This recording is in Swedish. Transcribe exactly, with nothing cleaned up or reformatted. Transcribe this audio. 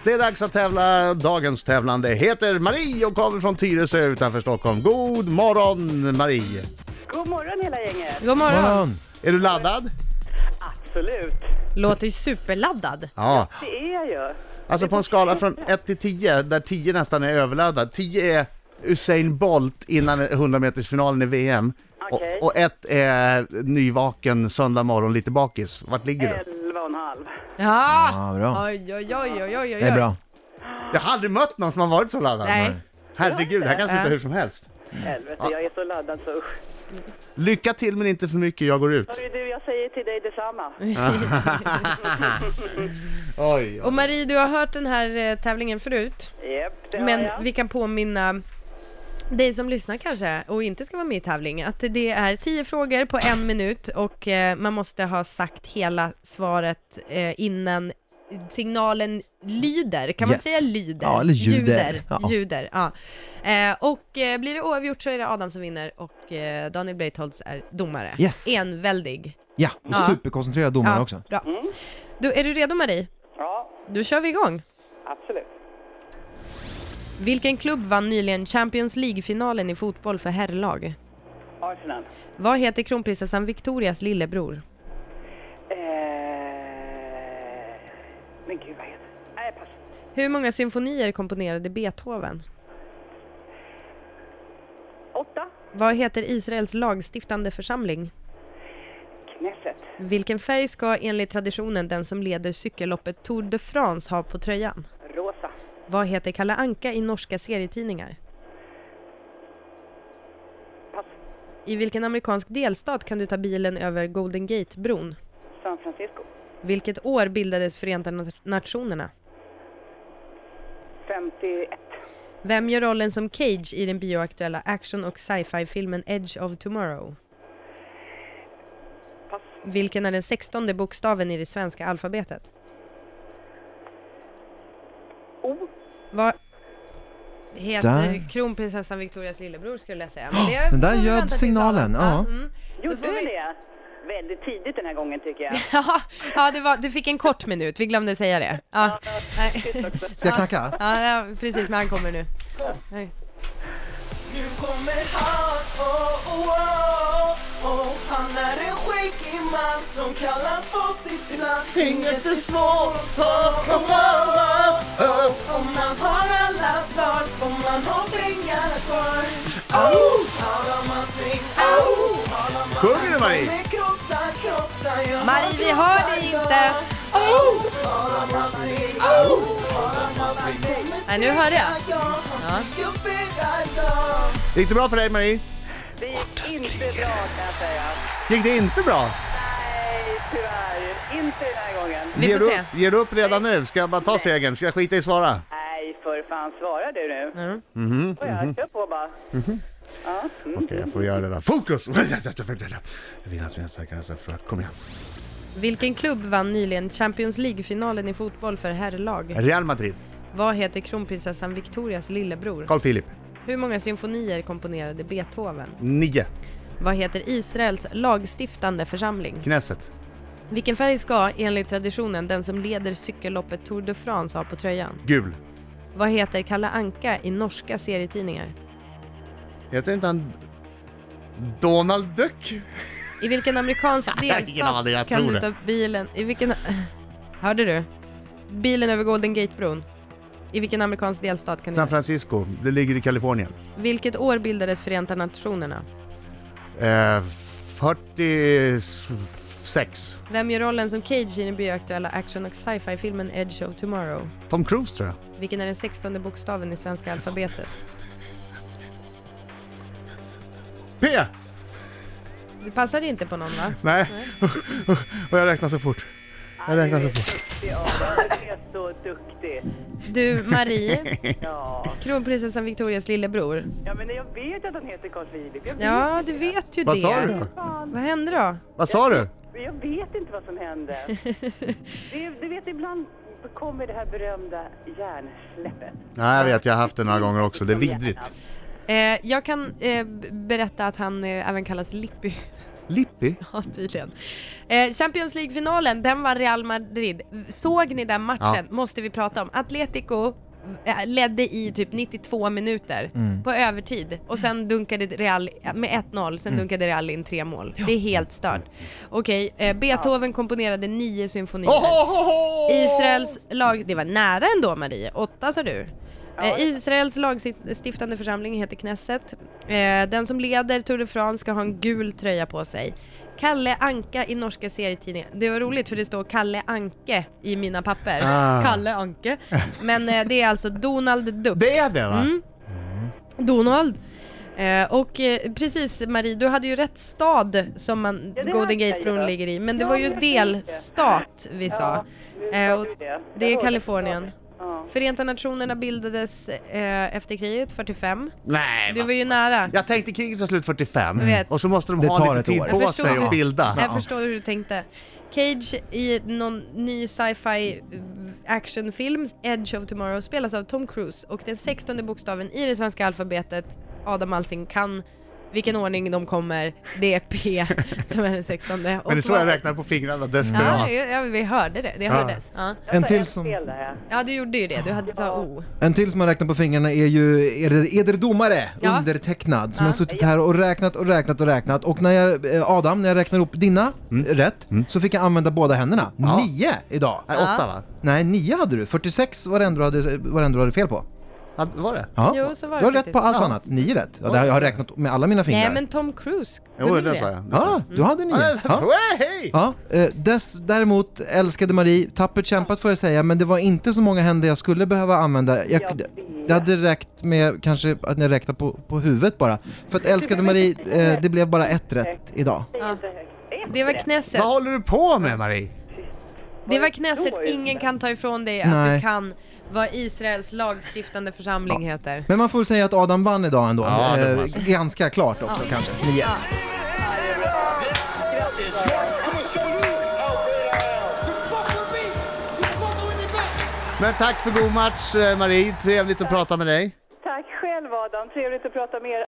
Det är dags att tävla. Dagens tävlande heter Marie och kommer från Tyresö utanför Stockholm. God morgon, Marie. God morgon hela gänget. God morgon. morgon. Är du laddad? Absolut. Låter ju superladdad. Ja. Det är jag ju. Alltså på en skala från ett till tio, där tio nästan är överladdad. tio är Usain Bolt innan hundra metersfinalen i V M. Okej. Och, och ett är nyvaken söndag morgon, lite bakis. Vart ligger du? Elva och en halv. Ja, Ja, bra. oj, oj, oj, oj, oj, oj. Det är bra. Jag har aldrig mött någon som har varit så laddad. Nej. Herregud, det här kan sluta Ja. hur som helst. Helvete, jag är så laddad så usch. Lycka till men inte för mycket, jag går ut. Hörru du, jag säger till dig detsamma. Oj, oj. Och Marie, du har hört den här eh, tävlingen förut. Japp, det har Men jag. vi kan påminna dig som lyssnar kanske och inte ska vara med i tävling att det är tio frågor på en minut och eh, man måste ha sagt hela svaret eh, innan signalen lyder. Kan man Yes. säga lyder? Ja, eller ljuder. Ljuder, Ja. ljuder, ja. Eh, och eh, blir det oavgjort så är det Adam som vinner och eh, Daniel Breitholtz är domare. Yes. Enväldig. Ja, och Ja. superkoncentrerad domare Ja, också. bra. Då, är du redo Marie? Ja, Då kör vi igång. absolut. Vilken klubb vann nyligen Champions League-finalen i fotboll för herrlag? Arsenal. Vad heter kronprinsessan Victorias lillebror? Eh... Men gud, vad heter det? Nej, pass. Hur många symfonier komponerade Beethoven? Åtta. Vad heter Israels lagstiftande församling? Knesset. Vilken färg ska enligt traditionen den som leder cykelloppet Tour de France ha på tröjan? Rosa. Vad heter Kalle Anka i norska serietidningar? Pass. I vilken amerikansk delstat kan du ta bilen över Golden Gate-bron? San Francisco. Vilket år bildades Förenta Nationerna? femtioett. Vem gör rollen som Cage i den bioaktuella action- och sci-fi-filmen Edge of Tomorrow? Pass. Vilken är den sextonde bokstaven i det svenska alfabetet? O. Vad heter Där. kronprinsessan Victorias lillebror skulle jag säga. Men, det Men där får vi ljöd vänta tills signalen, Adam- ja. Mm. Då Gjorde får vi- vi det? Väldigt tidigt den här gången tycker jag. Ja, ja det var, du fick en kort minut, vi glömde säga det. Ja, nej. Ska jag knacka? Ja, ja, precis, men han kommer nu. Nej. Nu kommer han, oh, oh, oh, oh. Han är en skäggig man som kallas på sitt namn. Inget är svårt, oh, oh, oh, oh. Om man har alla svar får man ha pengarna kvar. Oh, Adam Alsing, oh, Adam Alsing Sjunger du, Marie? kommer krossa, krossa, jag Marie, vi hör dig inte. Oh, Adam Alsing, oh, Adam Alsing kommer Nej, nu hör jag. segra, han tycker bäddar dag. Gick det bra för dig, Marie? Det gick inte bra kan jag säga. Gick det inte bra? Nej, tyvärr. Inte den här gången. Vi Ger får du, se. upp, ger du upp redan nu? Ska jag bara ta segern? Ska jag skita i svara? Nej, för fan, svarar du nu? Mm. Mhm. Och jag kör på bara. Ja. Mm. Okej, jag får göra det där. Fokus! Jag vill att vi ska kanske för kom igen. Vilken klubb vann nyligen Champions League-finalen i fotboll för herrlag? Real Madrid. Vad heter kronprinsessan Victorias lillebror? Carl Philip. Hur många symfonier komponerade Beethoven? Nio. Vad heter Israels lagstiftande församling? Knesset. Vilken färg ska, enligt traditionen, den som leder cykelloppet Tour de France ha på tröjan? Gul. Vad heter Kalle Anka i norska serietidningar? Heter inte han Donald Duck? I vilken amerikansk Ingen aning, delstat jag kan tror du det. ta bilen... I vilken... Hörde du? Bilen över Golden Gate-bron. I vilken amerikansk delstat kan du... San Francisco. Det ligger i Kalifornien. Vilket år bildades Förenta Nationerna? Eh, fyrtiosex. Vem gör rollen som Cage i den bioaktuella action- och sci-fi-filmen Edge of Tomorrow? Tom Cruise tror jag. Vilken är den sextonde bokstaven i svenska alfabetet? P! Du passade inte på någon, va? Nej. Och jag räknar så fort. Jag räknar så fort. Duktig Adam, du är så duktig. Du, Marie, Ja. kronprinsessan Victorias lillebror. Ja, men jag vet att han heter Carl Philip. Jag vet Ja, det. du vet ju Vad det. sa du då? Fan. Vad hände då? Vad sa du? Jag vet inte vad som hände. det, du vet, ibland kommer det här berömda hjärnsläppet. Nej, jag vet. Jag har haft det några gånger också. Det är vidrigt. Eh, jag kan eh, b- berätta att han eh, även kallas Lippi. Lippi? Ja, tydligen. Eh, Champions League-finalen, den var Real Madrid. Såg ni den matchen? Ja. Måste vi prata om. Atletico eh, ledde i typ nittiotvå minuter Mm. på övertid. Och sen dunkade Real med ett noll. Sen Mm. dunkade Real in tre mål. Det är helt stört. Okej, eh, Beethoven komponerade nio symfonier. Ohohoho! Israels lag... Det var nära ändå, Marie. Åtta, sa du. Eh, Israels lagstiftande församling heter Knesset. Eh, den som leder Tour de France ska ha en gul tröja på sig. Kalle Anka i norska serietidningar. Det var roligt för det står Kalle Anke i mina papper. Ah. Kalle Anke. Men eh, det är alltså Donald Duck. Det är det, va? Mm. Donald. Eh, och eh, precis, Marie, du hade ju rätt stad som man Ja, det Golden hade jag Gate-bron ju. ligger i. Men det Ja, var ju men delstat vi sa. Ja, nu Eh, sa och vi det. det är Jag hörde Kalifornien. det. Ja. Förenta Nationerna bildades eh, efter kriget fyrtiofem. Nej, Du va? var ju nära. Jag tänkte kriget tar slut fyrtiofem. Jag vet. Och så måste de Det ha tar lite ett tid år. på Jag förstår sig det. att bilda. Jag förstår hur du tänkte. Cage i någon ny sci-fi actionfilm, Edge of Tomorrow, spelas av Tom Cruise. Och den sextonde bokstaven i det svenska alfabetet, Adam Alsing kan vilken ordning de kommer. Det är P som är den sextonde. Men det är så jag räknar på fingrarna, Ja, desperat. ja, vi hörde det. Det Ja. hördes. Ja. En sa till ett som... fel där. Ja, du gjorde ju det. Du hade sa O. En till som har räknat på fingrarna är ju Eder, Eder Domare, Ja. undertecknad, som Ja. har suttit här och räknat och räknat och räknat. Och när jag, eh, Adam, när jag räknar upp dina rätt, så fick jag använda båda händerna. Ja. Nio idag. Nej, åtta, va? Nej, nio hade du. fyrtiosex var det enda du hade, var det enda du hade fel på. Ja, var det? Ja. Jo, så var det du har rätt faktiskt. på allt Ja. annat. Nio rätt. Ja, det har jag har räknat med alla mina fingrar. Nej, men Tom Cruise. Jo, kunde det du sa jag. Det sa Ja, jag. du hade nio. Ja. Ja. Hej! Ja, eh, dess, däremot älskade Marie, tappert kämpat får jag säga, men det var inte så många händer jag skulle behöva använda. Jag, Jag vet. det hade räckt med kanske att jag räknade på, på huvudet bara. För att älskade Marie, eh, det blev bara ett rätt idag. Ja. Det var Knesset. Vad håller du på med, Marie? Det var Knesset. Då är det. Ingen kan ta ifrån dig att Nej. du kan vad Israels lagstiftande församling heter. Men man får väl säga att Adam vann idag ändå. Ja, det eh, får man säga. ganska klart också kanske. Nio. Ja. Men tack för god match, eh, Marie. Trevligt att prata med dig. Tack själv, Adam. Trevligt att prata med er.